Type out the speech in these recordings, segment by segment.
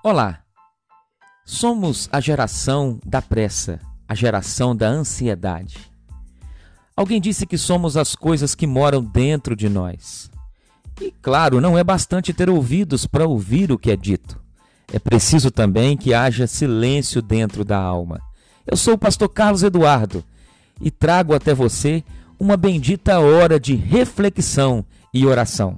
Olá, somos a geração da pressa, a geração da ansiedade. Alguém disse que somos as coisas que moram dentro de nós. E claro, não é bastante ter ouvidos para ouvir o que é dito. É preciso também que haja silêncio dentro da alma. Eu sou o pastor Carlos Eduardo e trago até você uma bendita hora de reflexão e oração.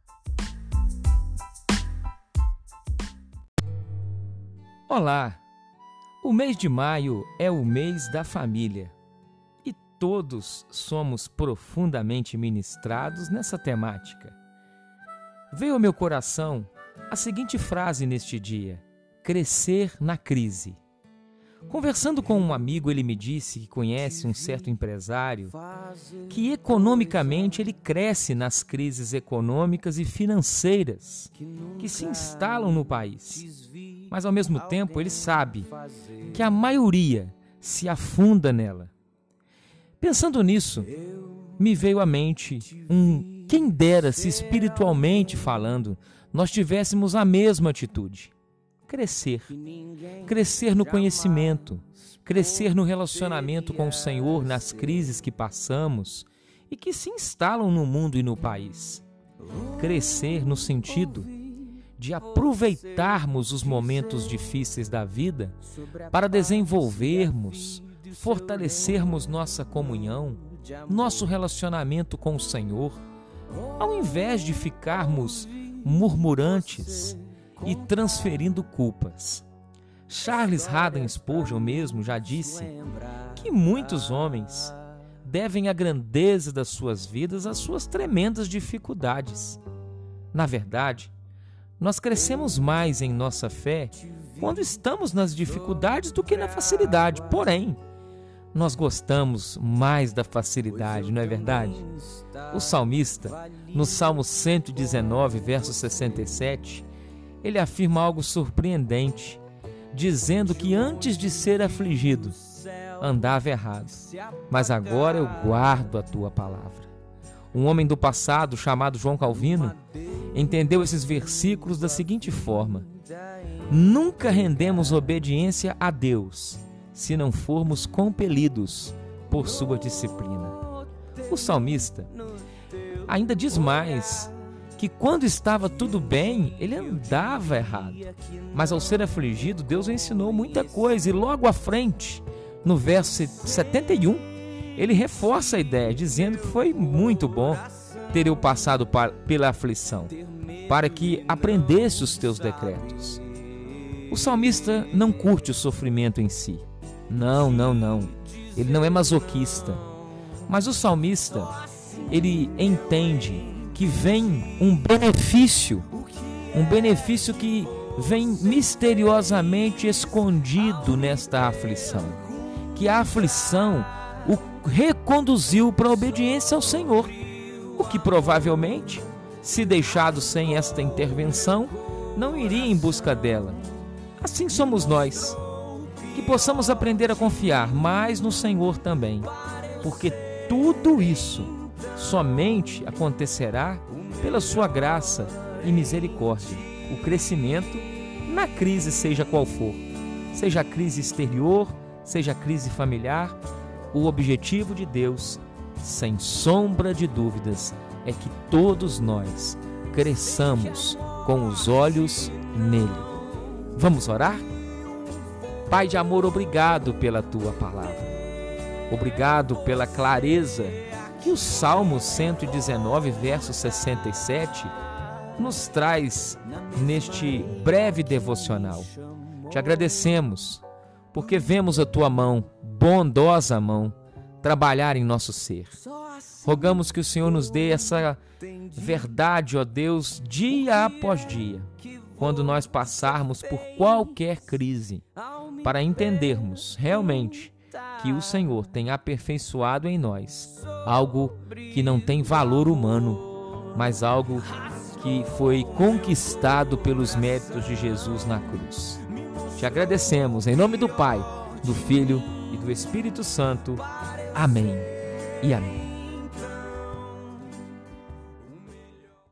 Olá! O mês de maio é o mês da família e todos somos profundamente ministrados nessa temática. Veio ao meu coração a seguinte frase neste dia: crescer na crise. Conversando com um amigo, ele me disse que conhece um certo empresário que economicamente ele cresce nas crises econômicas e financeiras que se instalam no país. Mas ao mesmo tempo ele sabe que a maioria se afunda nela. Pensando nisso, me veio à mente quem dera se espiritualmente falando nós tivéssemos a mesma atitude. Crescer no conhecimento, crescer no relacionamento com o Senhor nas crises que passamos e que se instalam no mundo e no país. Crescer no sentido de aproveitarmos os momentos difíceis da vida para desenvolvermos, fortalecermos nossa comunhão, nosso relacionamento com o Senhor, ao invés de ficarmos murmurantes e transferindo culpas. Charles Haddon Spurgeon mesmo já disse que muitos homens devem a grandeza das suas vidas às suas tremendas dificuldades. Na verdade, nós crescemos mais em nossa fé quando estamos nas dificuldades do que na facilidade. Porém, nós gostamos mais da facilidade, não é verdade? O salmista, no Salmo 119, verso 67, ele afirma algo surpreendente, dizendo que antes de ser afligido, andava errado, mas agora eu guardo a tua palavra. Um homem do passado, chamado João Calvino, entendeu esses versículos da seguinte forma: nunca rendemos obediência a Deus se não formos compelidos por sua disciplina. O salmista ainda diz mais, que quando estava tudo bem, ele andava errado. Mas ao ser afligido, Deus o ensinou muita coisa. E logo à frente, no verso 71, ele reforça a ideia, dizendo que foi muito bom ter eu passado pela aflição, para que aprendesse os teus decretos. O salmista não curte o sofrimento em si. Não. Ele não é masoquista. Mas o salmista, ele entende que vem um benefício que vem misteriosamente escondido nesta aflição, que a aflição o reconduziu para a obediência ao Senhor, o que provavelmente, se deixado sem esta intervenção, não iria em busca dela. Assim somos nós, que possamos aprender a confiar mais no Senhor também, porque tudo isso somente acontecerá pela sua graça e misericórdia. O crescimento na crise, seja qual for, seja a crise exterior, seja a crise familiar, o objetivo de Deus, sem sombra de dúvidas, é que todos nós cresçamos com os olhos nele. Vamos orar? Pai de amor, obrigado pela tua palavra. Obrigado pela clareza que o Salmo 119, verso 67, nos traz neste breve devocional. Te agradecemos, porque vemos a tua mão, bondosa mão, trabalhar em nosso ser. Rogamos que o Senhor nos dê essa verdade, ó Deus, dia após dia, quando nós passarmos por qualquer crise, para entendermos realmente que o Senhor tem aperfeiçoado em nós algo que não tem valor humano, mas algo que foi conquistado pelos méritos de Jesus na cruz. Te agradecemos em nome do Pai, do Filho e do Espírito Santo. Amém e amém.